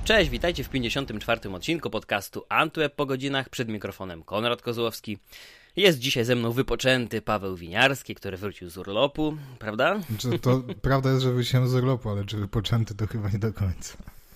Cześć, witajcie w 54. odcinku podcastu Antweb po godzinach. Przed mikrofonem Konrad Kozłowski. Jest dzisiaj ze mną wypoczęty Paweł Winiarski, który wrócił z urlopu, prawda? To prawda jest, że wróciłem z urlopu, ale czy wypoczęty to chyba nie do końca.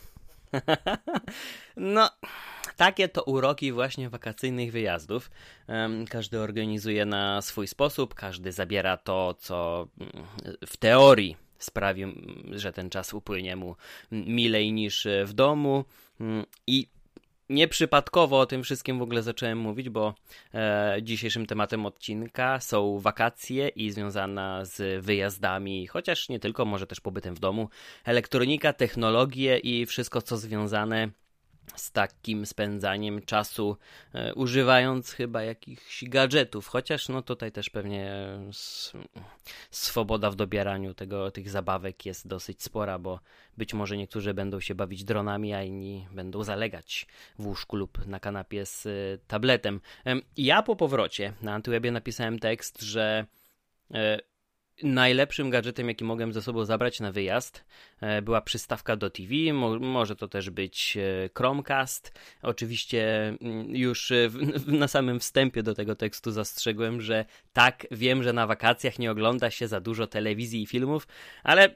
No, takie to uroki właśnie wakacyjnych wyjazdów. Każdy organizuje na swój sposób, każdy zabiera to, co w teorii sprawi, że ten czas upłynie mu milej niż w domu. I nieprzypadkowo o tym wszystkim w ogóle zacząłem mówić, bo dzisiejszym tematem odcinka są wakacje i związana z wyjazdami, chociaż nie tylko, może też pobytem w domu, elektronika, technologie i wszystko, co związane z takim spędzaniem czasu, używając chyba jakichś gadżetów, chociaż no tutaj też pewnie swoboda w dobieraniu tych zabawek jest dosyć spora, bo być może niektórzy będą się bawić dronami, a inni będą zalegać w łóżku lub na kanapie z tabletem. Ja po powrocie na Antywebie napisałem tekst, że najlepszym gadżetem, jaki mogłem ze sobą zabrać na wyjazd, była przystawka do TV, może to też być Chromecast. Oczywiście już na samym wstępie do tego tekstu zastrzegłem, że tak, wiem, że na wakacjach nie ogląda się za dużo telewizji i filmów, ale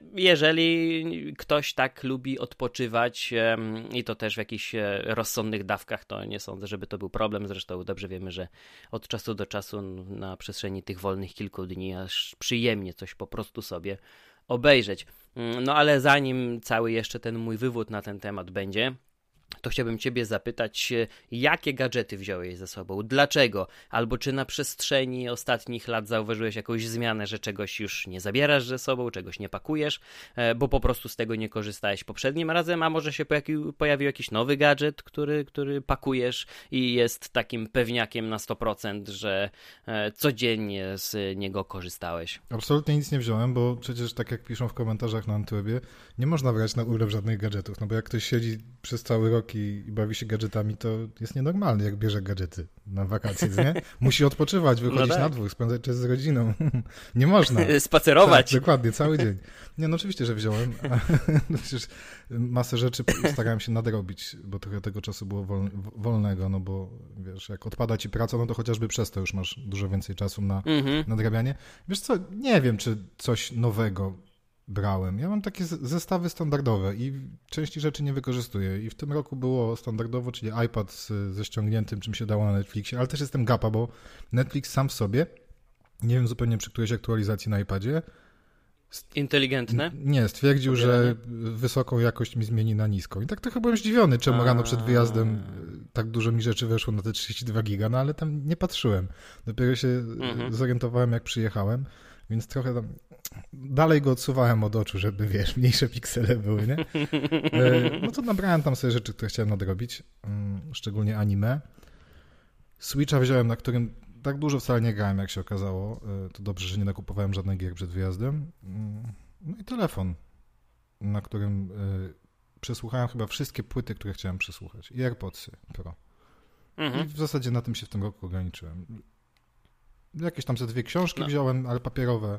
jeżeli ktoś tak lubi odpoczywać i to też w jakichś rozsądnych dawkach, to nie sądzę, żeby to był problem. Zresztą dobrze wiemy, że od czasu do czasu na przestrzeni tych wolnych kilku dni aż przyjemnie coś po prostu sobie obejrzeć. No ale zanim cały jeszcze ten mój wywód na ten temat będzie, to chciałbym Ciebie zapytać, jakie gadżety wziąłeś ze sobą, dlaczego, albo czy na przestrzeni ostatnich lat zauważyłeś jakąś zmianę, że czegoś już nie zabierasz ze sobą, czegoś nie pakujesz, bo po prostu z tego nie korzystałeś poprzednim razem, a może się pojawił jakiś nowy gadżet, który pakujesz i jest takim pewniakiem na 100%, że codziennie z niego korzystałeś. Absolutnie nic nie wziąłem, bo przecież tak jak piszą w komentarzach na Antywebie, nie można brać na urlop żadnych gadżetów, no bo jak ktoś siedzi przez cały rok i bawi się gadżetami, to jest nienormalny, jak bierze gadżety na wakacje, nie? Musi odpoczywać, wychodzić na dwór, spędzać czas z rodziną. Nie można. Spacerować. Tak, dokładnie, cały dzień. Nie, no oczywiście, że wziąłem. Przecież masę rzeczy starałem się nadrobić, bo trochę tego czasu było wolnego, no bo wiesz, jak odpada ci praca, no to chociażby przez to już masz dużo więcej czasu na nadrabianie. Wiesz co, nie wiem, czy coś nowego brałem. Ja mam takie zestawy standardowe i części rzeczy nie wykorzystuję. I w tym roku było standardowo, czyli iPad ze ściągniętym, czym się dało na Netflixie, ale też jestem gapa, bo Netflix sam w sobie, nie wiem zupełnie przy którejś aktualizacji na iPadzie. Inteligentne? Nie, stwierdził, że wysoką jakość mi zmieni na niską. I tak trochę byłem zdziwiony, czemu rano przed wyjazdem tak dużo mi rzeczy weszło na te 32 giga, no ale tam nie patrzyłem. Dopiero się zorientowałem, jak przyjechałem, więc trochę tam dalej go odsuwałem od oczu, żeby, wiesz, mniejsze piksele były, nie? No to nabrałem tam sobie rzeczy, które chciałem nadrobić, szczególnie anime. Switcha wziąłem, na którym tak dużo wcale nie grałem, jak się okazało. To dobrze, że nie nakupowałem żadnych gier przed wyjazdem. No i telefon, na którym przesłuchałem chyba wszystkie płyty, które chciałem przesłuchać. I AirPodsy Pro. I w zasadzie na tym się w tym roku ograniczyłem. Jakieś tam ze 2 książki wziąłem, ale papierowe.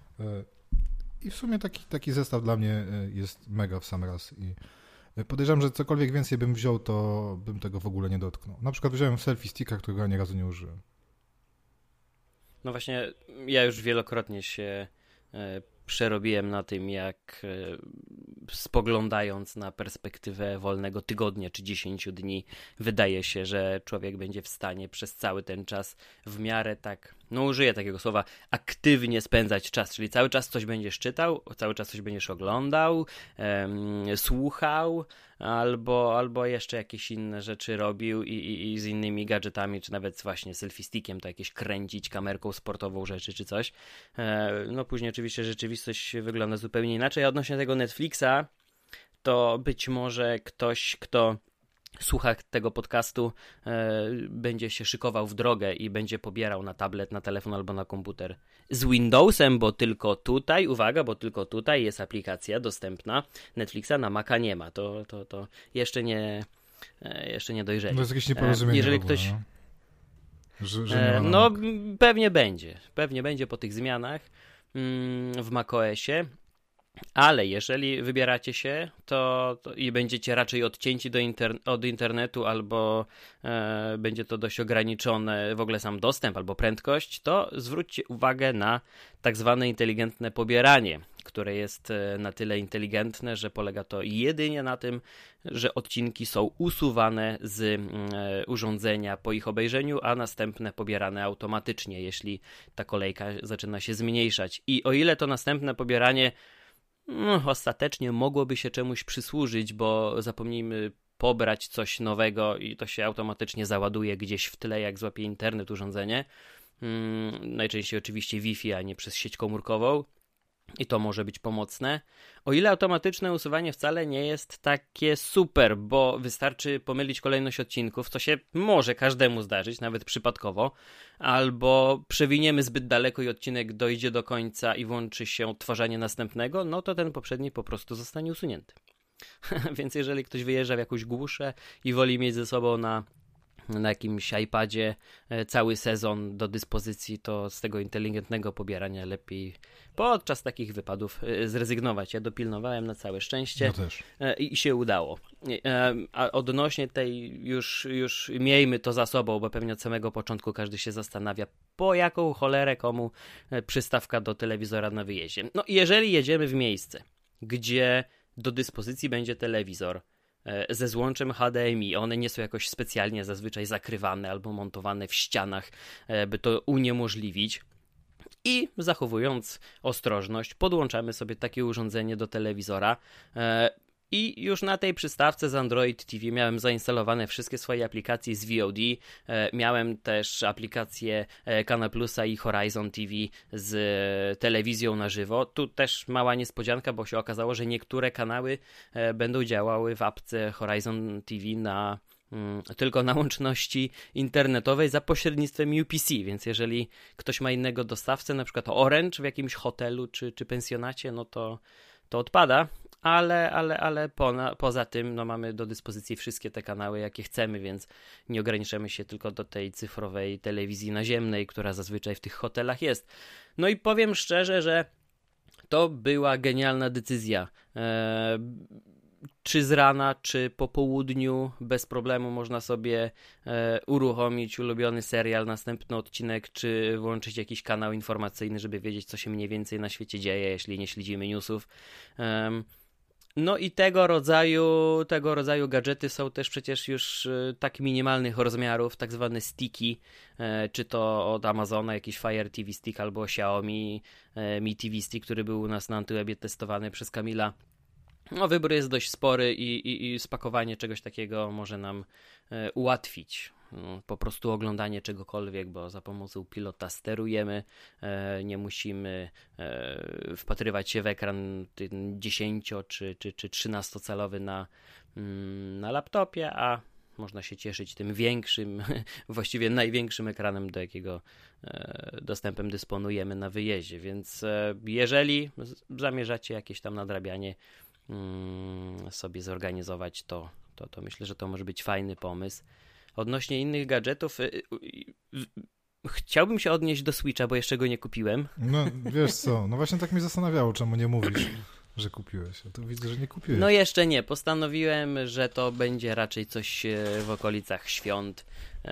I w sumie taki zestaw dla mnie jest mega w sam raz. I podejrzewam, że cokolwiek więcej bym wziął, to bym tego w ogóle nie dotknął. Na przykład wziąłem selfie sticka, którego ani razu nie użyłem. No właśnie, ja już wielokrotnie się przerobiłem na tym, jak spoglądając na perspektywę wolnego tygodnia czy 10 dni, wydaje się, że człowiek będzie w stanie przez cały ten czas w miarę tak, no użyję takiego słowa, aktywnie spędzać czas, czyli cały czas coś będziesz czytał, cały czas coś będziesz oglądał, słuchał, albo jeszcze jakieś inne rzeczy robił i z innymi gadżetami, czy nawet właśnie selfie-stickiem, to jakieś kręcić kamerką sportową rzeczy czy coś. No później oczywiście rzeczywistość wygląda zupełnie inaczej. A odnośnie tego Netflixa, to być może ktoś, kto słucha tego podcastu, będzie się szykował w drogę i będzie pobierał na tablet, na telefon albo na komputer z Windowsem, bo tylko tutaj, uwaga, bo tylko tutaj jest aplikacja dostępna. Netflixa na Maca nie ma. To jeszcze nie dojrzeli. To jest jakieś nieporozumienie. Jeżeli ogóle, ktoś... no. Że nie ma no pewnie będzie po tych zmianach w macOSie. Ale jeżeli wybieracie się to i będziecie raczej odcięci od internetu albo będzie to dość ograniczone w ogóle sam dostęp albo prędkość, to zwróćcie uwagę na tak zwane inteligentne pobieranie, które jest na tyle inteligentne, że polega to jedynie na tym, że odcinki są usuwane z urządzenia po ich obejrzeniu, a następne pobierane automatycznie, jeśli ta kolejka zaczyna się zmniejszać. I o ile to następne pobieranie ostatecznie mogłoby się czemuś przysłużyć, bo zapomnijmy pobrać coś nowego i to się automatycznie załaduje gdzieś w tle, jak złapie internet urządzenie. Najczęściej oczywiście Wi-Fi, a nie przez sieć komórkową. I to może być pomocne. O ile automatyczne usuwanie wcale nie jest takie super, bo wystarczy pomylić kolejność odcinków, co się może każdemu zdarzyć, nawet przypadkowo, albo przewiniemy zbyt daleko i odcinek dojdzie do końca i włączy się odtwarzanie następnego, no to ten poprzedni po prostu zostanie usunięty. Więc jeżeli ktoś wyjeżdża w jakąś głuszę i woli mieć ze sobą na jakimś iPadzie cały sezon do dyspozycji, to z tego inteligentnego pobierania lepiej podczas takich wypadów zrezygnować. Ja dopilnowałem na całe szczęście i się udało. A odnośnie tej już miejmy to za sobą, bo pewnie od samego początku każdy się zastanawia, po jaką cholerę komu przystawka do telewizora na wyjeździe. No jeżeli jedziemy w miejsce, gdzie do dyspozycji będzie telewizor ze złączem HDMI, one nie są jakoś specjalnie zazwyczaj zakrywane albo montowane w ścianach, by to uniemożliwić. I zachowując ostrożność, podłączamy sobie takie urządzenie do telewizora i już na tej przystawce z Android TV miałem zainstalowane wszystkie swoje aplikacje z VOD, miałem też aplikację Kanal Plusa i Horizon TV z telewizją na żywo. Tu też mała niespodzianka, bo się okazało, że niektóre kanały będą działały w apce Horizon TV tylko na łączności internetowej za pośrednictwem UPC, więc jeżeli ktoś ma innego dostawcę, na przykład Orange w jakimś hotelu czy pensjonacie, no to odpada, ale poza tym mamy do dyspozycji wszystkie te kanały, jakie chcemy, więc nie ograniczamy się tylko do tej cyfrowej telewizji naziemnej, która zazwyczaj w tych hotelach jest. No i powiem szczerze, że to była genialna decyzja. Czy z rana, czy po południu bez problemu można sobie uruchomić ulubiony serial, następny odcinek, czy włączyć jakiś kanał informacyjny, żeby wiedzieć, co się mniej więcej na świecie dzieje, jeśli nie śledzimy newsów. No i tego rodzaju gadżety są też przecież już tak minimalnych rozmiarów, tak zwane sticky, czy to od Amazona jakiś Fire TV Stick albo Xiaomi Mi TV Stick, który był u nas na Antywebie testowany przez Kamila. No, wybór jest dość spory i spakowanie czegoś takiego może nam ułatwić po prostu oglądanie czegokolwiek, bo za pomocą pilota sterujemy, nie musimy wpatrywać się w ekran 10 czy 13-calowy na laptopie, a można się cieszyć tym większym, właściwie największym ekranem, do jakiego dostępem dysponujemy na wyjeździe, więc jeżeli zamierzacie jakieś tam nadrabianie sobie zorganizować, to myślę, że to może być fajny pomysł. Odnośnie innych gadżetów, chciałbym się odnieść do Switcha, bo jeszcze go nie kupiłem. No wiesz co, no właśnie tak mnie zastanawiało, czemu nie mówisz, że kupiłeś. Ja to widzę, że nie kupiłeś. No jeszcze nie, postanowiłem, że to będzie raczej coś w okolicach świąt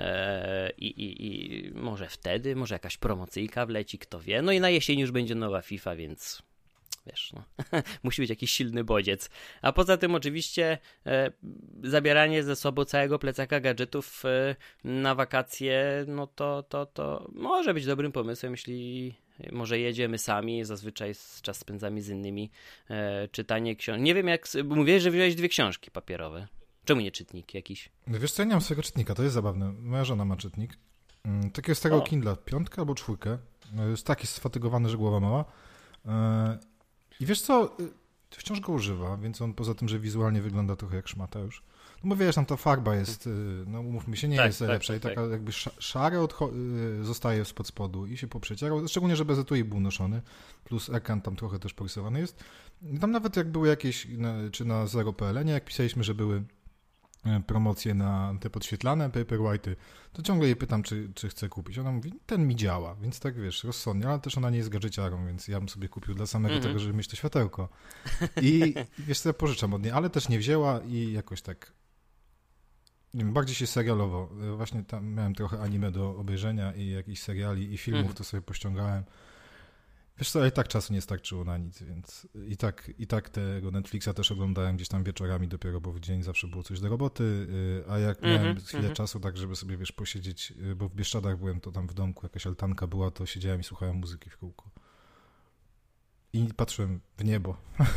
i może wtedy, może jakaś promocyjka wleci, kto wie. No i na jesień już będzie nowa FIFA, więc wiesz, no, musi być jakiś silny bodziec. A poza tym oczywiście zabieranie ze sobą całego plecaka gadżetów na wakacje, no to może być dobrym pomysłem, jeśli może jedziemy sami, zazwyczaj czas spędzamy z innymi, czytanie książek. Nie wiem jak, mówiłeś, że wziąłeś 2 książki papierowe. Czemu nie czytnik jakiś? No wiesz co, ja nie mam swojego czytnika, to jest zabawne. Moja żona ma czytnik. Takiego starego Kindla, 5 albo 4. Jest taki sfatygowany, że głowa mała. I wiesz co, wciąż go używa, więc on poza tym, że wizualnie wygląda trochę jak szmata już. No bo wiesz, tam ta farba jest, no umówmy się, nie jest lepsza i taka jakby szare zostaje spod spodu i się poprzecierał, szczególnie, że bez etui był noszony, plus ekran tam trochę też porysowany jest. I tam nawet jak były jakieś, czy na 0PL-nie, jak pisaliśmy, że były promocje na te podświetlane Paperwhite'y, to ciągle jej pytam, czy chce kupić. Ona mówi, ten mi działa, więc tak wiesz, rozsądnie, ale też ona nie jest gadżeciarą, więc ja bym sobie kupił dla samego tego, żeby mieć to światełko. I wiesz co, ja pożyczam od niej, ale też nie wzięła i jakoś tak, nie wiem, bardziej się serialowo. Właśnie tam miałem trochę anime do obejrzenia i jakichś seriali i filmów, to sobie pościągałem. Wiesz co, i tak czasu nie starczyło na nic, więc i tak tego Netflixa też oglądałem gdzieś tam wieczorami dopiero, bo w dzień zawsze było coś do roboty, a jak miałem chwilę czasu tak, żeby sobie, wiesz, posiedzieć, bo w Bieszczadach byłem, to tam w domku jakaś altanka była, to siedziałem i słuchałem muzyki w kółko. I patrzyłem w niebo.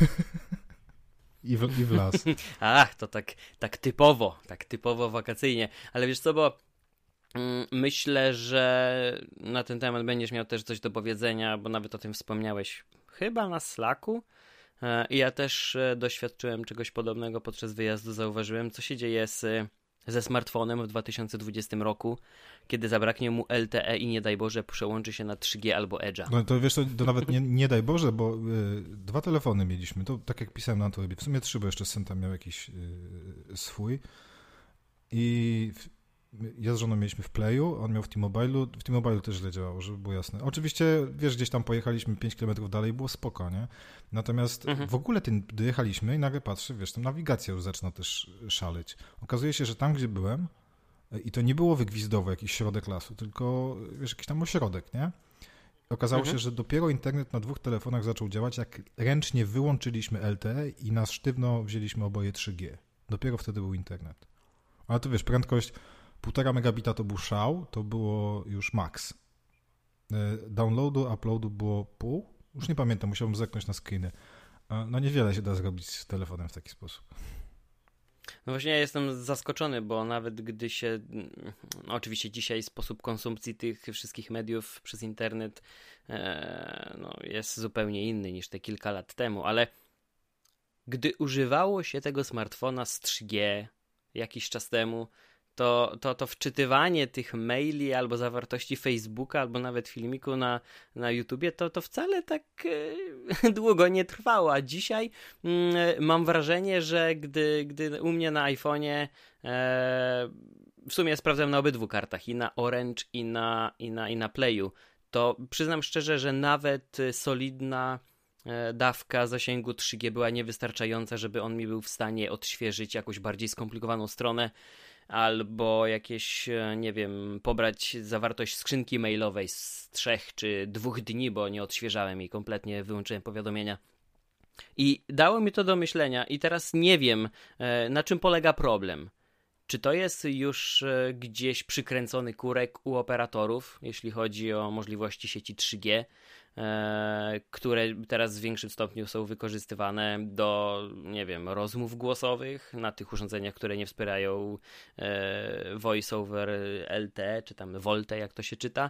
I w las. Ach, to tak typowo wakacyjnie, ale wiesz co, bo myślę, że na ten temat będziesz miał też coś do powiedzenia, bo nawet o tym wspomniałeś chyba na Slacku. I ja też doświadczyłem czegoś podobnego podczas wyjazdu. Zauważyłem, co się dzieje ze smartfonem w 2020 roku, kiedy zabraknie mu LTE i nie daj Boże przełączy się na 3G albo Edge'a. No to wiesz, to nawet nie daj Boże, bo 2 telefony mieliśmy. To tak jak pisałem na Torbie. W sumie 3, bo jeszcze syn tam miał jakiś swój. I ja z żoną mieliśmy w Playu, on miał w T-Mobile'u. W T-Mobile'u też źle działało, żeby było jasne. Oczywiście, wiesz, gdzieś tam pojechaliśmy 5 km dalej, było spoko, nie? Natomiast w ogóle dojechaliśmy i nagle patrzę, wiesz, tam nawigacja już zaczyna też szaleć. Okazuje się, że tam, gdzie byłem, i to nie było wygwizdowo jakiś środek lasu, tylko, wiesz, jakiś tam ośrodek, nie? Okazało się, że dopiero internet na 2 telefonach zaczął działać, jak ręcznie wyłączyliśmy LTE i na sztywno wzięliśmy oboje 3G. Dopiero wtedy był internet. Ale to wiesz, prędkość 1,5 megabita to był szał, to było już max. Downloadu, uploadu było pół. Już nie pamiętam, musiałbym zerknąć na screeny. No niewiele się da zrobić z telefonem w taki sposób. No właśnie ja jestem zaskoczony, bo nawet gdy się, oczywiście dzisiaj sposób konsumpcji tych wszystkich mediów przez internet jest zupełnie inny niż te kilka lat temu, ale gdy używało się tego smartfona z 3G jakiś czas temu, to wczytywanie tych maili albo zawartości Facebooka, albo nawet filmiku na YouTubie, to wcale tak długo nie trwało, a dzisiaj mam wrażenie, że gdy u mnie na iPhone'ie w sumie sprawdzam na obydwu kartach, i na Orange, i na Playu, to przyznam szczerze, że nawet solidna dawka zasięgu 3G była niewystarczająca, żeby on mi był w stanie odświeżyć jakąś bardziej skomplikowaną stronę, albo jakieś, nie wiem, pobrać zawartość skrzynki mailowej z 3 czy 2 dni, bo nie odświeżałem i kompletnie wyłączyłem powiadomienia. I dało mi to do myślenia i teraz nie wiem, na czym polega problem. Czy to jest już gdzieś przykręcony kurek u operatorów, jeśli chodzi o możliwości sieci 3G, które teraz w większym stopniu są wykorzystywane do, nie wiem, rozmów głosowych na tych urządzeniach, które nie wspierają voice over LTE, czy tam VoLTE, jak to się czyta.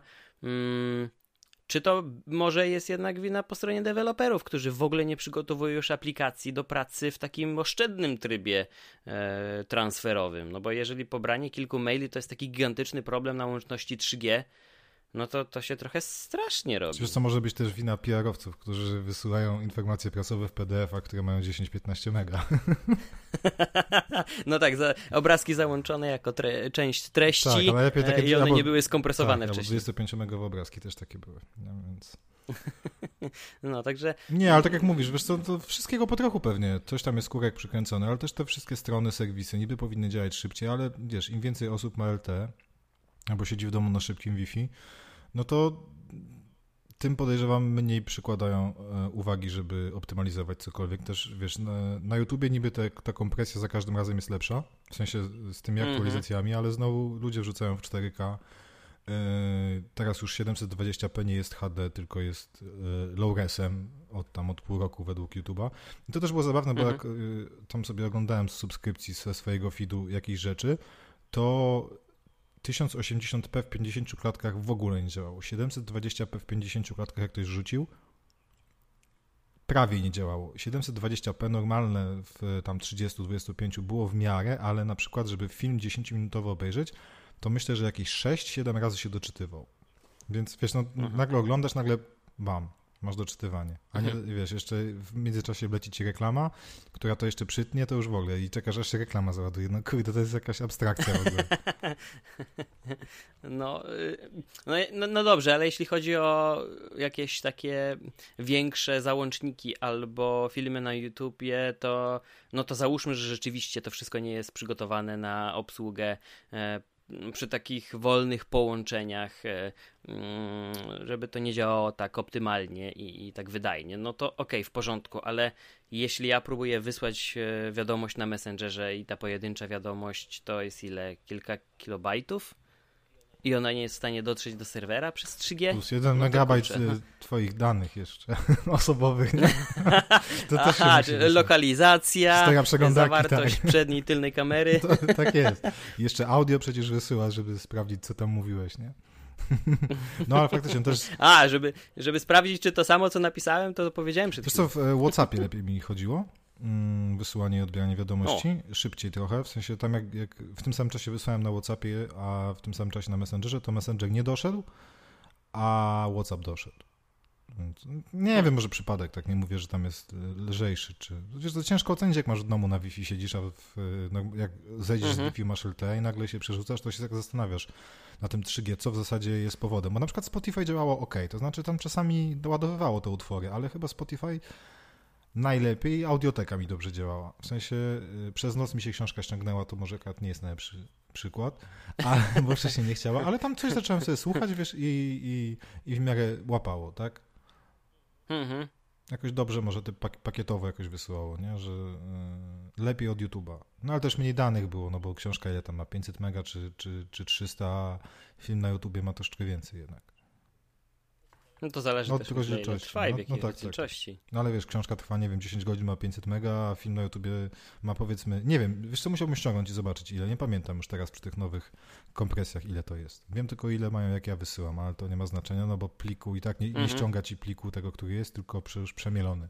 Czy to może jest jednak wina po stronie deweloperów, którzy w ogóle nie przygotowują już aplikacji do pracy w takim oszczędnym trybie transferowym? No bo jeżeli pobranie kilku maili to jest taki gigantyczny problem na łączności 3G, no to się trochę strasznie robi. Wiesz, co może być też wina PR-owców, którzy wysyłają informacje prasowe w PDF-ach, które mają 10-15 mega. No tak, obrazki załączone jako część treści, tak, ale lepiej takie, i one nie były skompresowane tak, wcześniej. 25-megowe obrazki też takie były. No, więc... no także... Nie, ale tak jak mówisz, wiesz co, to wszystkiego po trochu pewnie. Coś tam jest kurek przykręcony, ale też te wszystkie strony, serwisy niby powinny działać szybciej, ale wiesz, im więcej osób ma LTE, albo siedzi w domu na szybkim Wi-Fi, no to tym podejrzewam mniej przykładają uwagi, żeby optymalizować cokolwiek. Też wiesz, na YouTubie niby ta kompresja za każdym razem jest lepsza, w sensie z tymi aktualizacjami, ale znowu ludzie wrzucają w 4K. Teraz już 720p nie jest HD, tylko jest low-resem od pół roku według YouTube'a. I to też było zabawne, bo jak tam sobie oglądałem z subskrypcji ze swojego feedu jakieś rzeczy, to 1080p w 50 klatkach w ogóle nie działało. 720p w 50 klatkach, jak ktoś rzucił, prawie nie działało. 720p normalne w tam 30-25 było w miarę, ale na przykład, żeby film 10-minutowy obejrzeć, to myślę, że jakieś 6-7 razy się doczytywał. Więc wiesz, no nagle oglądasz, nagle bam. Masz doczytywanie. A nie, wiesz, jeszcze w międzyczasie leci ci reklama, która to jeszcze przytnie, to już w ogóle i czekasz, aż się reklama załaduje. No kurde, to jest jakaś abstrakcja w ogóle. No dobrze, ale jeśli chodzi o jakieś takie większe załączniki albo filmy na YouTubie, to załóżmy, że rzeczywiście to wszystko nie jest przygotowane na obsługę przy takich wolnych połączeniach, żeby to nie działało tak optymalnie i tak wydajnie, no to okej, w porządku, ale jeśli ja próbuję wysłać wiadomość na Messengerze i ta pojedyncza wiadomość to jest ile? Kilka kilobajtów? I ona nie jest w stanie dotrzeć do serwera przez 3G? Plus 1 megabajt twoich danych jeszcze osobowych. Nie? To aha, też lokalizacja, zawartość tak. przedniej i tylnej kamery. Tak jest. Jeszcze audio przecież wysyłasz, żeby sprawdzić, co tam mówiłeś, nie? No ale faktycznie też... żeby sprawdzić, czy to samo, co napisałem, to powiedziałem przed chwilą. Wiesz co, w WhatsAppie lepiej mi chodziło. Wysyłanie i odbieranie wiadomości. Szybciej trochę, w sensie tam jak w tym samym czasie wysłałem na WhatsAppie, a w tym samym czasie na Messengerze, to Messenger nie doszedł, a WhatsApp doszedł. Więc nie wiem, może przypadek, tak nie mówię, że tam jest lżejszy, czy... Wiesz, to ciężko ocenić, jak masz w domu na Wi-Fi siedzisz, a jak zejdziesz z Wi-Fi, masz LTE i nagle się przerzucasz, to się tak zastanawiasz na tym 3G, co w zasadzie jest powodem. Bo na przykład Spotify działało ok, to znaczy tam czasami doładowywało te utwory, ale chyba Spotify najlepiej, audioteka mi dobrze działała. W sensie przez noc mi się książka ściągnęła, to może akurat nie jest najlepszy przykład, bo wcześniej nie chciała, ale tam coś zacząłem sobie słuchać, wiesz, i w miarę łapało, tak? Jakoś dobrze może te pakietowo jakoś wysyłało, nie? Że lepiej od YouTube'a. No ale też mniej danych było, no bo książka ile tam ma, 500 mega czy 300, a film na YouTubie ma troszeczkę więcej jednak. No to zależy też od ile trwa i w jakiej rozdzielczości. Tak. No ale wiesz, książka trwa, nie wiem, 10 godzin, ma 500 mega, a film na YouTubie ma powiedzmy, nie wiem, wiesz co, musiałbym ściągnąć i zobaczyć ile, nie pamiętam już teraz przy tych nowych kompresjach ile to jest. Wiem tylko ile mają, jak ja wysyłam, ale to nie ma znaczenia, no bo pliku i tak nie ściąga ci pliku tego, który jest, tylko już przemielony.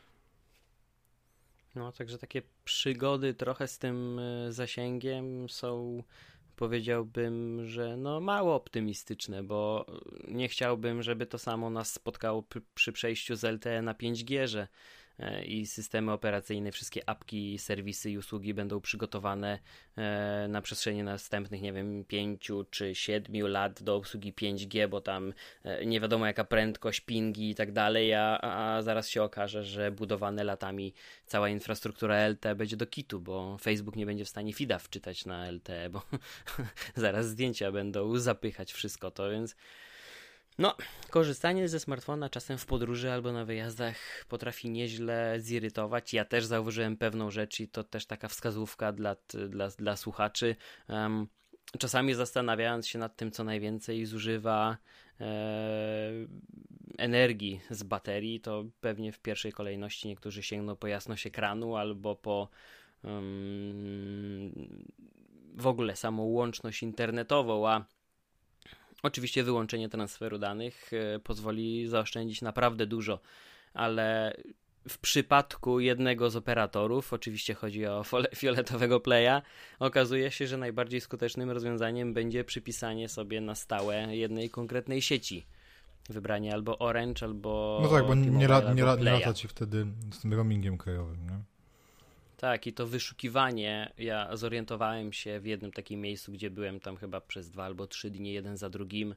No, także takie przygody trochę z tym zasięgiem są... Powiedziałbym, że mało optymistyczne, bo nie chciałbym, żeby to samo nas spotkało przy przejściu z LTE na 5G, że i systemy operacyjne, wszystkie apki, serwisy i usługi będą przygotowane na przestrzeni następnych, nie wiem, 5 czy 7 lat do obsługi 5G, bo tam nie wiadomo jaka prędkość, pingi i tak dalej, a zaraz się okaże, że budowane latami cała infrastruktura LTE będzie do kitu, bo Facebook nie będzie w stanie feeda wczytać na LTE, bo zaraz zdjęcia będą zapychać wszystko to, więc korzystanie ze smartfona czasem w podróży albo na wyjazdach potrafi nieźle zirytować. Ja też zauważyłem pewną rzecz i to też taka wskazówka dla słuchaczy. Czasami zastanawiając się nad tym, co najwięcej zużywa energii z baterii, to pewnie w pierwszej kolejności niektórzy sięgną po jasność ekranu albo po w ogóle samą łączność internetową, a oczywiście wyłączenie transferu danych pozwoli zaoszczędzić naprawdę dużo, ale w przypadku jednego z operatorów, oczywiście chodzi o fioletowego playa, okazuje się, że najbardziej skutecznym rozwiązaniem będzie przypisanie sobie na stałe jednej konkretnej sieci. Wybranie albo Orange, albo no tak, bo nie Playa. lata ci wtedy z tym roamingiem krajowym, nie? Tak, i to wyszukiwanie, ja zorientowałem się w jednym takim miejscu, gdzie byłem tam chyba przez 2 albo 3 dni, jeden za drugim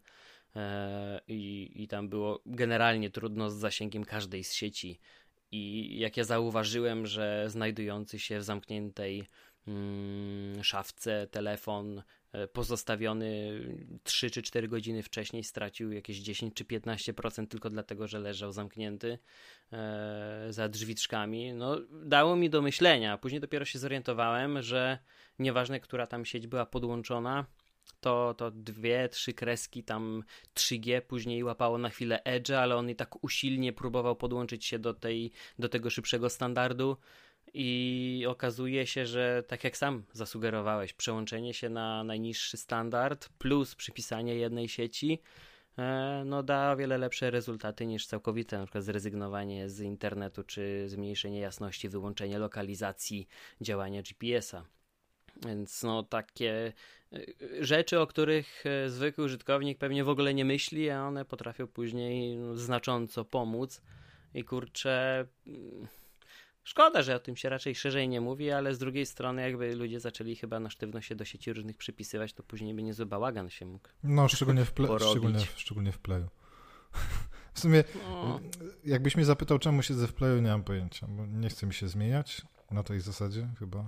i tam było generalnie trudno z zasięgiem każdej z sieci. I jak ja zauważyłem, że znajdujący się w zamkniętej szafce telefon pozostawiony 3 czy 4 godziny wcześniej stracił jakieś 10 czy 15% tylko dlatego, że leżał zamknięty za drzwiczkami, dało mi do myślenia. Później dopiero się zorientowałem, że nieważne, która tam sieć była podłączona, to 2-3 kreski tam 3G później łapało na chwilę Edge, ale on i tak usilnie próbował podłączyć się do tego szybszego standardu i okazuje się, że tak jak sam zasugerowałeś, przełączenie się na najniższy standard plus przypisanie jednej sieci da o wiele lepsze rezultaty niż całkowite na przykład zrezygnowanie z internetu czy zmniejszenie jasności, wyłączenie lokalizacji działania GPS-a. Więc takie rzeczy, o których zwykły użytkownik pewnie w ogóle nie myśli, a one potrafią później znacząco pomóc. I kurczę, szkoda, że o tym się raczej szerzej nie mówi, ale z drugiej strony jakby ludzie zaczęli chyba na sztywno się do sieci różnych przypisywać, to później by niezły bałagan się mógł No, szczególnie w Playu. W sumie, jakbyś mnie zapytał, czemu siedzę w Playu, nie mam pojęcia, bo nie chce mi się zmieniać na tej zasadzie chyba.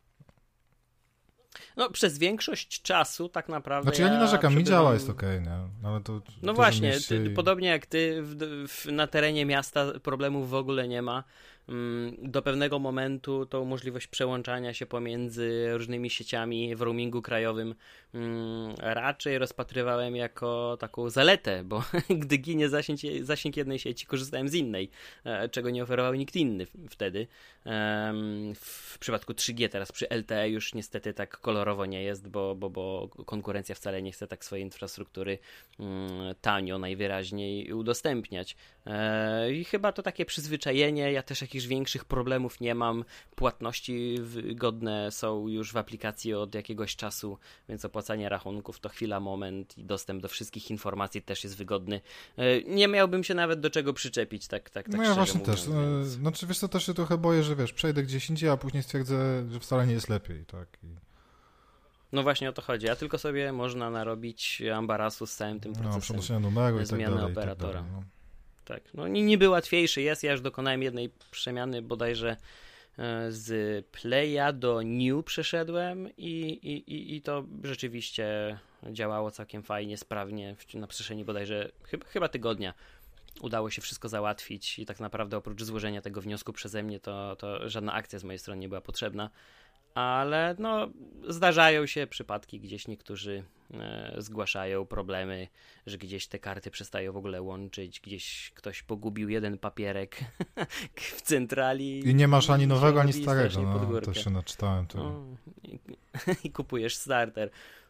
No, przez większość czasu tak naprawdę. Znaczy ja nie narzekam, mi działa, jest okej, nie? Ale to no właśnie, podobnie jak ty, na terenie miasta problemów w ogóle nie ma. Do pewnego momentu tą możliwość przełączania się pomiędzy różnymi sieciami w roamingu krajowym raczej rozpatrywałem jako taką zaletę, bo gdy ginie zasięg jednej sieci, korzystałem z innej, czego nie oferował nikt inny wtedy. W przypadku 3G teraz przy LTE już niestety tak kolorowo nie jest, bo konkurencja wcale nie chce tak swojej infrastruktury tanio najwyraźniej udostępniać. I chyba to takie przyzwyczajenie, ja też jakichś większych problemów nie mam, płatności wygodne są już w aplikacji od jakiegoś czasu, więc opłacanie rachunków to chwila, moment i dostęp do wszystkich informacji też jest wygodny. Nie miałbym się nawet do czego przyczepić, tak no ja właśnie mówiąc, też, więc... znaczy wiesz co, też się trochę boję, że wiesz, przejdę gdzieś indziej, a później stwierdzę, że wcale nie jest lepiej, tak. No właśnie o to chodzi, a tylko sobie można narobić ambarasu z całym tym procesem przenoszenia numeru i zmiany tak dalej, operatora. Tak, dalej, no. Tak, no niby łatwiejszy jest, ja już dokonałem jednej przemiany bodajże z Playa do New przeszedłem i to rzeczywiście działało całkiem fajnie, sprawnie, na przestrzeni bodajże chyba tygodnia udało się wszystko załatwić i tak naprawdę oprócz złożenia tego wniosku przeze mnie to żadna akcja z mojej strony nie była potrzebna. Ale no, zdarzają się przypadki, gdzieś niektórzy zgłaszają problemy, że gdzieś te karty przestają w ogóle łączyć, gdzieś ktoś pogubił jeden papierek w centrali. I nie masz ani nowego, ani starego, no, to się naczytałem. I kupujesz starter.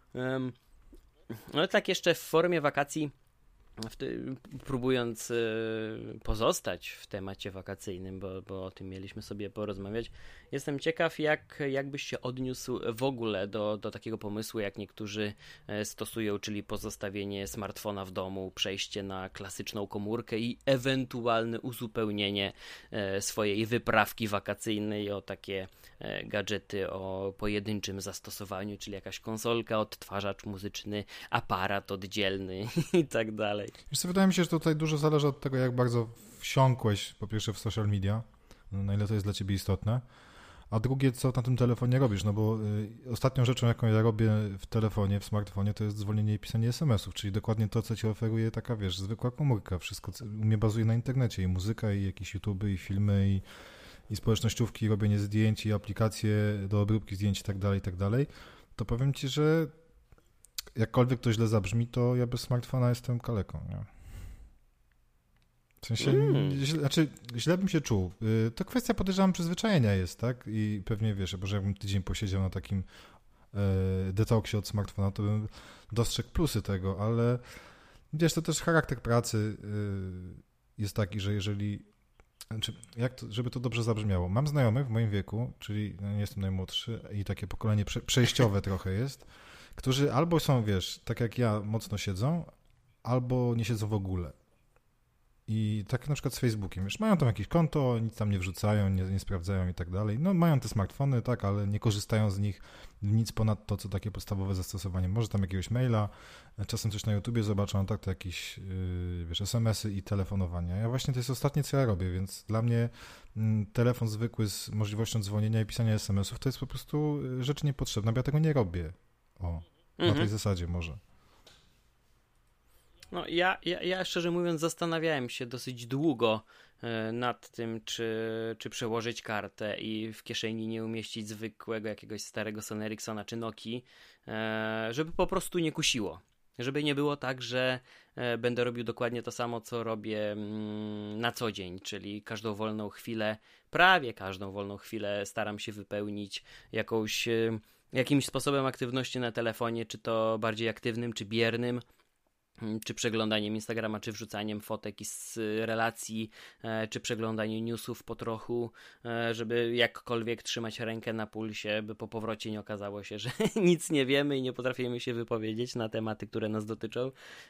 No tak jeszcze w formie wakacji, próbując pozostać w temacie wakacyjnym, bo o tym mieliśmy sobie porozmawiać, jestem ciekaw, jak byś się odniósł w ogóle do takiego pomysłu, jak niektórzy stosują, czyli pozostawienie smartfona w domu, przejście na klasyczną komórkę i ewentualne uzupełnienie swojej wyprawki wakacyjnej o takie gadżety o pojedynczym zastosowaniu, czyli jakaś konsolka, odtwarzacz muzyczny, aparat oddzielny i tak dalej. Wiesz co, wydaje mi się, że tutaj dużo zależy od tego, jak bardzo wsiąkłeś po pierwsze w social media, na ile to jest dla ciebie istotne, a drugie, co na tym telefonie robisz, no bo ostatnią rzeczą, jaką ja robię w telefonie, w smartfonie, to jest dzwonienie i pisanie SMS-ów, czyli dokładnie to, co ci oferuje taka, wiesz, zwykła komórka, wszystko u mnie bazuje na internecie, i muzyka, i jakieś YouTube, i filmy, i społecznościówki, i robienie zdjęć, i aplikacje do obróbki zdjęć i tak dalej, to powiem ci, że jakkolwiek to źle zabrzmi, to ja bez smartfona jestem kaleką, nie? W sensie, źle bym się czuł. To kwestia, podejrzewam, przyzwyczajenia jest, tak? I pewnie, wiesz, bo że jakbym tydzień posiedział na takim detoksie od smartfona, to bym dostrzegł plusy tego, ale wiesz, to też charakter pracy jest taki, że jeżeli żeby to dobrze zabrzmiało. Mam znajomych w moim wieku, czyli nie jestem najmłodszy i takie pokolenie przejściowe trochę jest, którzy albo są, wiesz, tak jak ja, mocno siedzą, albo nie siedzą w ogóle. I tak na przykład z Facebookiem, wiesz, mają tam jakieś konto, nic tam nie wrzucają, nie sprawdzają i tak dalej. No mają te smartfony, tak, ale nie korzystają z nich nic ponad to, co takie podstawowe zastosowanie. Może tam jakiegoś maila, czasem coś na YouTubie zobaczą, tak, to jakieś, wiesz, SMS-y i telefonowanie. Ja właśnie to jest ostatnie, co ja robię, więc dla mnie telefon zwykły z możliwością dzwonienia i pisania SMS-ów to jest po prostu rzecz niepotrzebna, bo ja tego nie robię. Na tej zasadzie może. No ja szczerze mówiąc zastanawiałem się dosyć długo nad tym, czy przełożyć kartę i w kieszeni nie umieścić zwykłego jakiegoś starego Sony Ericssona czy Nokii, żeby po prostu nie kusiło. Żeby nie było tak, że będę robił dokładnie to samo, co robię na co dzień, czyli prawie każdą wolną chwilę staram się wypełnić jakimś sposobem aktywności na telefonie, czy to bardziej aktywnym, czy biernym. czy przeglądaniem Instagrama, czy wrzucaniem fotek z relacji, czy przeglądaniem newsów po trochu, żeby jakkolwiek trzymać rękę na pulsie, by po powrocie nie okazało się, że nic nie wiemy i nie potrafimy się wypowiedzieć na tematy, które nas dotyczą.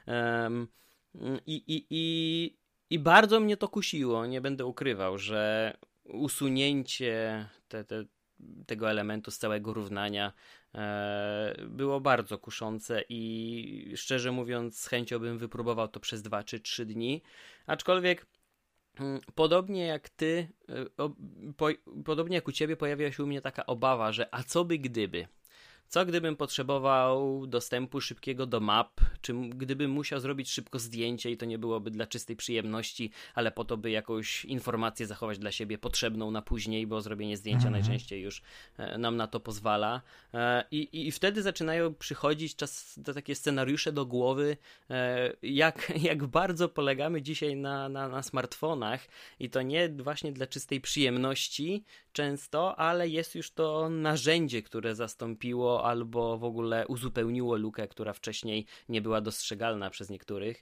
I bardzo mnie to kusiło, nie będę ukrywał, że usunięcie tego elementu z całego równania było bardzo kuszące i szczerze mówiąc z chęcią bym wypróbował to przez 2 czy 3 dni, aczkolwiek podobnie jak ty, podobnie jak u ciebie pojawia się u mnie taka obawa, że a co by gdyby? Co gdybym potrzebował dostępu szybkiego do map, czy gdybym musiał zrobić szybko zdjęcie i to nie byłoby dla czystej przyjemności, ale po to, by jakąś informację zachować dla siebie potrzebną na później, bo zrobienie zdjęcia najczęściej już nam na to pozwala. I wtedy zaczynają przychodzić takie scenariusze do głowy, jak bardzo polegamy dzisiaj na smartfonach i to nie właśnie dla czystej przyjemności często, ale jest już to narzędzie, które zastąpiło albo w ogóle uzupełniło lukę, która wcześniej nie była dostrzegalna przez niektórych.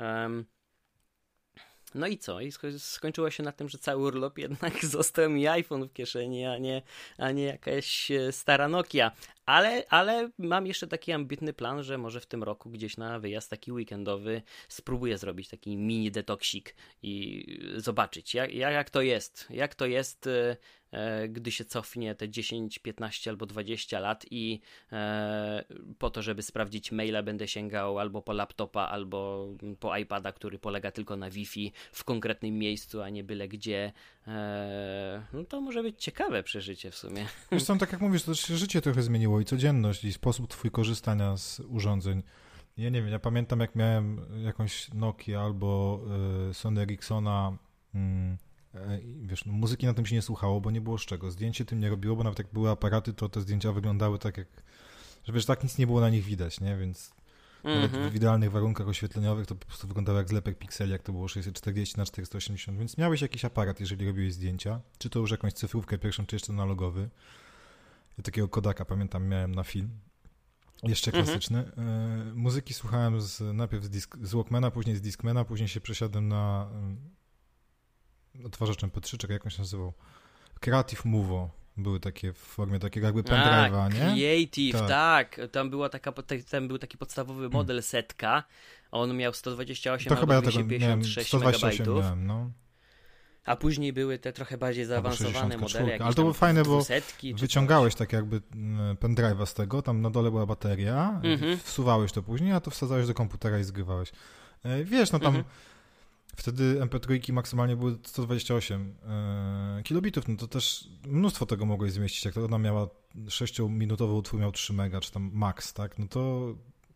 No i co? I skończyło się na tym, że cały urlop jednak został mi iPhone w kieszeni, a nie jakaś stara Nokia. Ale mam jeszcze taki ambitny plan, że może w tym roku gdzieś na wyjazd taki weekendowy spróbuję zrobić taki mini detoksik i zobaczyć jak to jest. Jak to jest, gdy się cofnie te 10, 15 albo 20 lat i po to, żeby sprawdzić maila, będę sięgał albo po laptopa, albo po iPada, który polega tylko na Wi-Fi w konkretnym miejscu, a nie byle gdzie. No to może być ciekawe przeżycie w sumie. Wiesz co, tak jak mówisz, to się życie trochę zmieniło i codzienność i sposób twój korzystania z urządzeń. Ja nie wiem, ja pamiętam jak miałem jakąś Nokia albo Sony Ericssona, wiesz, no, muzyki na tym się nie słuchało, bo nie było z czego. Zdjęcie tym nie robiło, bo nawet jak były aparaty, to te zdjęcia wyglądały tak jak, że wiesz, tak nic nie było na nich widać, nie, więc nawet w idealnych warunkach oświetleniowych to po prostu wyglądało jak zlepek pikseli, jak to było 640 na 480, więc miałeś jakiś aparat, jeżeli robiłeś zdjęcia, czy to już jakąś cyfrówkę pierwszą, czy jeszcze analogowy. Ja takiego Kodaka, pamiętam, miałem na film. Jeszcze klasyczny. Muzyki słuchałem najpierw z Walkmana, później z Discmana, później się przesiadłem na odtwarzacz MP3, czekaj, jak on się nazywał? Creative Movo. Były takie w formie takiego jakby pendrive'a, nie? Creative, tak. Tam był taki podstawowy model setka. On miał 128 to albo 256 megabajtów. Miałem, no. A później były te trochę bardziej zaawansowane modele. Ale to było fajne, bo wyciągałeś tak jakby pendrive'a z tego, tam na dole była bateria, wsuwałeś to później, a to wsadzałeś do komputera i zgrywałeś. Wiesz, no tam wtedy MP3 maksymalnie były 128 kilobitów, no to też mnóstwo tego mogłeś zmieścić. Jak to ona miała 6-minutowy utwór, miał 3 mega, czy tam max, tak? No to...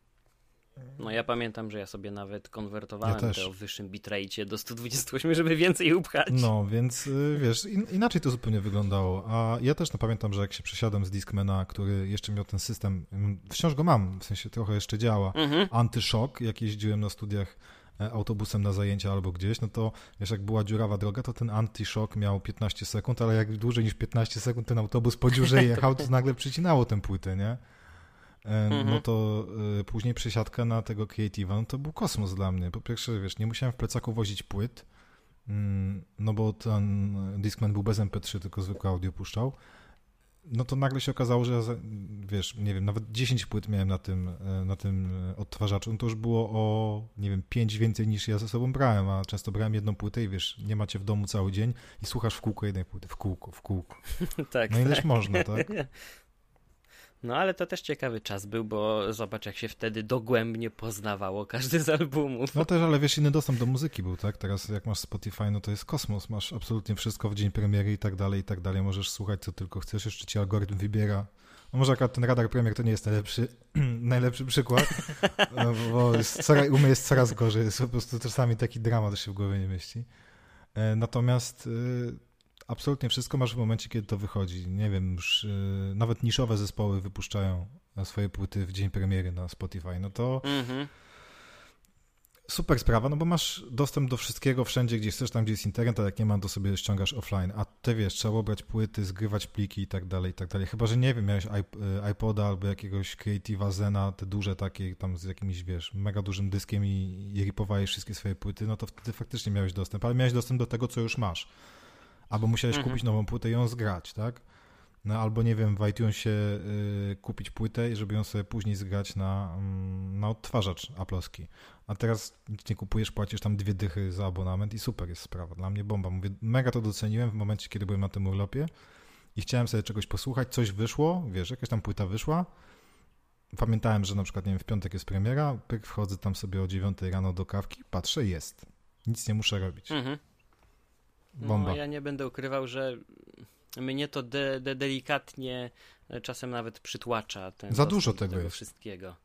No ja pamiętam, że ja sobie nawet konwertowałem to w wyższym bitrate'cie do 128, żeby więcej upchać. No, więc wiesz, inaczej to zupełnie wyglądało. A ja też pamiętam, że jak się przesiadłem z Discmana, który jeszcze miał ten system, wciąż go mam, w sensie trochę jeszcze działa, antyszok, jak jeździłem na studiach autobusem na zajęcia albo gdzieś, no to wiesz, jak była dziurawa droga, to ten antyszok miał 15 sekund, ale jak dłużej niż 15 sekund ten autobus po dziurze jechał, to nagle przycinało tę płytę, nie? No to później przesiadka na tego Creative'a, no to był kosmos dla mnie. Po pierwsze, wiesz, nie musiałem w plecaku wozić płyt, no bo ten Discman był bez MP3, tylko zwykłe audio puszczał. No to nagle się okazało, że wiesz, nie wiem, nawet 10 płyt miałem na tym odtwarzaczu, no to już było o, nie wiem, 5 więcej niż ja ze sobą brałem, a często brałem jedną płytę i wiesz, nie macie w domu cały dzień i słuchasz w kółko jednej płyty, w kółko. Tak, no ileż można, tak? No ale to też ciekawy czas był, bo zobacz, jak się wtedy dogłębnie poznawało każdy z albumów. No też, ale wiesz, inny dostęp do muzyki był, tak? Teraz jak masz Spotify, no to jest kosmos, masz absolutnie wszystko w dzień premiery i tak dalej, możesz słuchać co tylko chcesz, jeszcze ci algorytm wybiera. No może akurat ten Radar Premier to nie jest najlepszy przykład, bo u mnie jest coraz gorzej, jest po prostu czasami taki dramat, że się w głowie nie mieści. Natomiast absolutnie wszystko masz w momencie, kiedy to wychodzi. Nie wiem, już nawet niszowe zespoły wypuszczają swoje płyty w dzień premiery na Spotify. No to Super sprawa, no bo masz dostęp do wszystkiego wszędzie, gdzie chcesz, tam gdzie jest internet, a jak nie ma, to sobie ściągasz offline. A ty wiesz, trzeba brać płyty, zgrywać pliki i tak dalej, i tak dalej. Chyba, że nie wiem, miałeś iPoda albo jakiegoś Creative'a Zena, te duże takie tam z jakimś, wiesz, mega dużym dyskiem i ripowałeś wszystkie swoje płyty, no to wtedy faktycznie miałeś dostęp, ale miałeś dostęp do tego, co już masz. Albo musiałeś kupić nową płytę i ją zgrać, tak? No albo nie wiem, w iTunesie kupić płytę, żeby ją sobie później zgrać na odtwarzacz Apple'owski. A teraz nic nie kupujesz, płacisz tam 2 dychy za abonament i super jest sprawa. Dla mnie bomba. Mówię, mega to doceniłem w momencie, kiedy byłem na tym urlopie i chciałem sobie czegoś posłuchać, coś wyszło, wiesz, jakaś tam płyta wyszła. Pamiętałem, że na przykład, nie wiem, w piątek jest premiera, pyk, wchodzę tam sobie o 9 rano do kawki, patrzę, jest. Nic nie muszę robić. Bomba. No, ja nie będę ukrywał, że mnie to delikatnie czasem nawet przytłacza. Za dużo tego jest. Wszystkiego.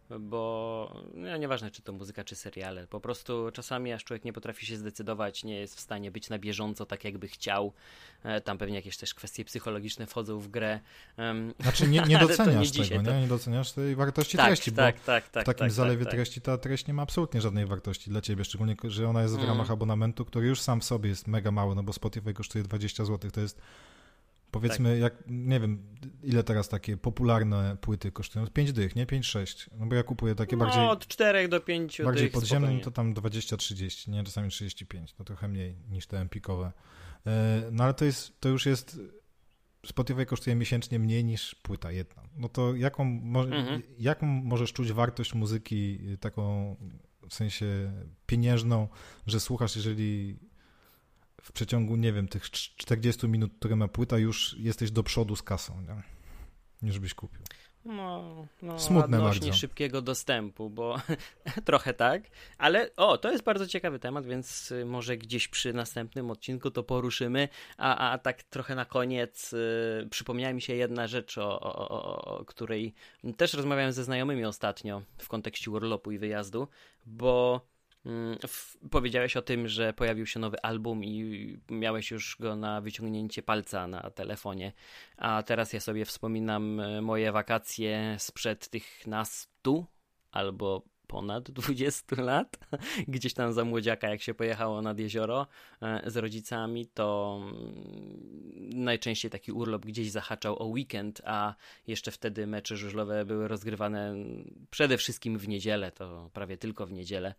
Bo no, nieważne, czy to muzyka, czy seriale. Po prostu czasami aż człowiek nie potrafi się zdecydować, nie jest w stanie być na bieżąco tak, jakby chciał. Tam pewnie jakieś też kwestie psychologiczne wchodzą w grę. Znaczy nie doceniasz to tego, nie? Nie doceniasz tej wartości tak, treści, tak, bo tak, w takim zalewie treści ta treść nie ma absolutnie żadnej wartości dla ciebie, szczególnie, że ona jest w ramach abonamentu, który już sam w sobie jest mega mały, no bo Spotify kosztuje 20 zł, to jest powiedzmy, jak, nie wiem, ile teraz takie popularne płyty kosztują? 5 dych, nie? 5-6. No bo ja kupuję takie bardziej... od 4 do 5 bardziej dych podziemne, spokojnie. to tam 20-30, nie? Czasami 35, to trochę mniej niż te empikowe. No ale to już jest... Spotify kosztuje miesięcznie mniej niż płyta jedna. No to jaką możesz czuć wartość muzyki taką w sensie pieniężną, że słuchasz, jeżeli w przeciągu, nie wiem, tych 40 minut, które ma płyta, już jesteś do przodu z kasą, nie? Niż byś kupił. No smutne odnośnie bardzo. szybkiego dostępu, bo trochę tak, ale to jest bardzo ciekawy temat, więc może gdzieś przy następnym odcinku to poruszymy, a tak trochę na koniec przypomniała mi się jedna rzecz, o której też rozmawiałem ze znajomymi ostatnio w kontekście urlopu i wyjazdu, bo powiedziałeś o tym, że pojawił się nowy album i miałeś już go na wyciągnięcie palca na telefonie, a teraz ja sobie wspominam moje wakacje sprzed tych nastu albo ponad 20 lat, gdzieś tam za młodziaka, jak się pojechało nad jezioro z rodzicami, to najczęściej taki urlop gdzieś zahaczał o weekend, a jeszcze wtedy mecze żużlowe były rozgrywane przede wszystkim w niedzielę, to prawie tylko w niedzielę.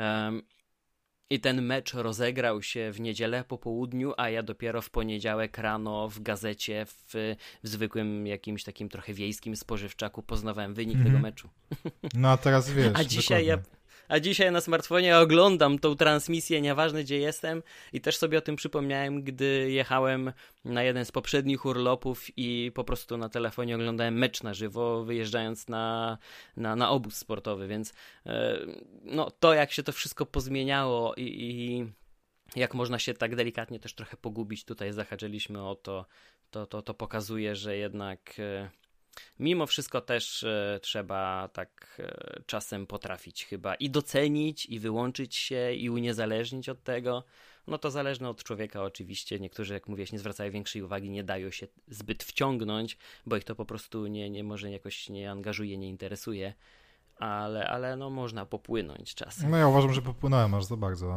I ten mecz rozegrał się w niedzielę po południu, a ja dopiero w poniedziałek rano w gazecie, w zwykłym jakimś takim trochę wiejskim spożywczaku poznawałem wynik tego meczu. No a teraz wiesz, A dzisiaj na smartfonie oglądam tą transmisję, nieważne gdzie jestem, i też sobie o tym przypomniałem, gdy jechałem na jeden z poprzednich urlopów i po prostu na telefonie oglądałem mecz na żywo, wyjeżdżając na obóz sportowy, więc no to jak się to wszystko pozmieniało i jak można się tak delikatnie też trochę pogubić, tutaj zahaczyliśmy o to pokazuje, że jednak... Mimo wszystko też trzeba tak czasem potrafić chyba i docenić, i wyłączyć się, i uniezależnić od tego. No to zależne od człowieka oczywiście. Niektórzy, jak mówiłeś, nie zwracają większej uwagi, nie dają się zbyt wciągnąć, bo ich to po prostu nie może jakoś nie angażuje, nie interesuje. Ale no można popłynąć czasem. No ja uważam, że popłynąłem aż za bardzo,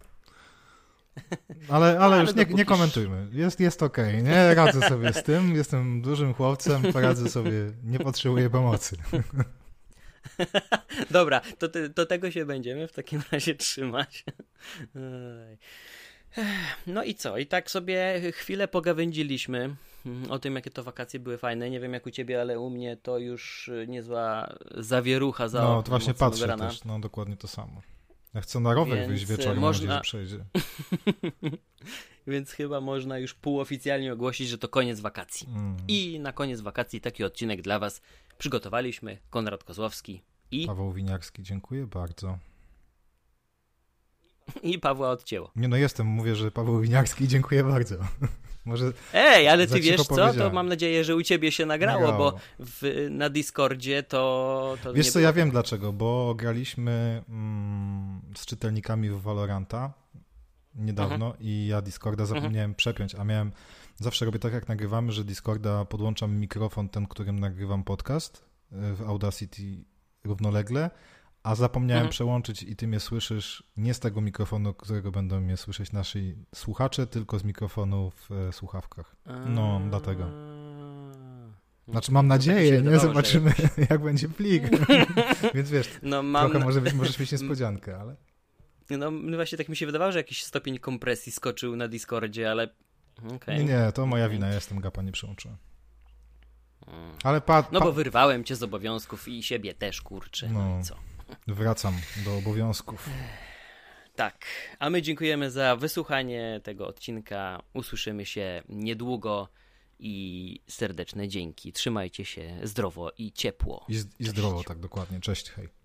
ale już nie komentujmy. Jest okej, nie? Radzę sobie z tym, jestem dużym chłopcem, poradzę sobie, nie potrzebuję pomocy. Dobra, to tego się będziemy w takim razie trzymać. No i co? I tak sobie chwilę pogawędziliśmy o tym, jakie to wakacje były fajne. Nie wiem jak u ciebie, ale u mnie to już niezła zawierucha za No, to właśnie patrzę też, no dokładnie to samo. Ja chcę na rower wyjść wieczorem, mam nadzieję, że przejdzie. Więc chyba można już półoficjalnie ogłosić, że to koniec wakacji. I na koniec wakacji taki odcinek dla was przygotowaliśmy. Konrad Kozłowski i... Paweł Winiarski, dziękuję bardzo. I Pawła odcięło. Nie no mówię, że Paweł Winiarski, dziękuję bardzo. Może ale ty wiesz co, to mam nadzieję, że u ciebie się nagrało. Bo na Discordzie to wiesz nie co, było. ja wiem dlaczego, bo graliśmy z czytelnikami w Valoranta niedawno i ja Discorda zapomniałem przepiąć, a zawsze robię tak jak nagrywamy, że Discorda podłączam mikrofon, ten, którym nagrywam podcast w Audacity równolegle, A zapomniałem przełączyć i ty mnie słyszysz nie z tego mikrofonu, którego będą mnie słyszeć nasi słuchacze, tylko z mikrofonu w słuchawkach. No, dlatego. Znaczy mam nadzieję, nie? Zobaczymy, jak będzie plik. Więc wiesz, trochę możesz mieć niespodziankę, ale... No właśnie tak mi się wydawało, że jakiś stopień kompresji skoczył na Discordzie, ale... Okay. Nie, to moja wina, ja jestem gapa, nie przełączyłem. Ale No bo wyrwałem cię z obowiązków i siebie też, kurczę. No i co? Wracam do obowiązków. Tak, a my dziękujemy za wysłuchanie tego odcinka. Usłyszymy się niedługo i serdeczne dzięki. Trzymajcie się zdrowo i ciepło. I zdrowo, tak dokładnie. Cześć, hej.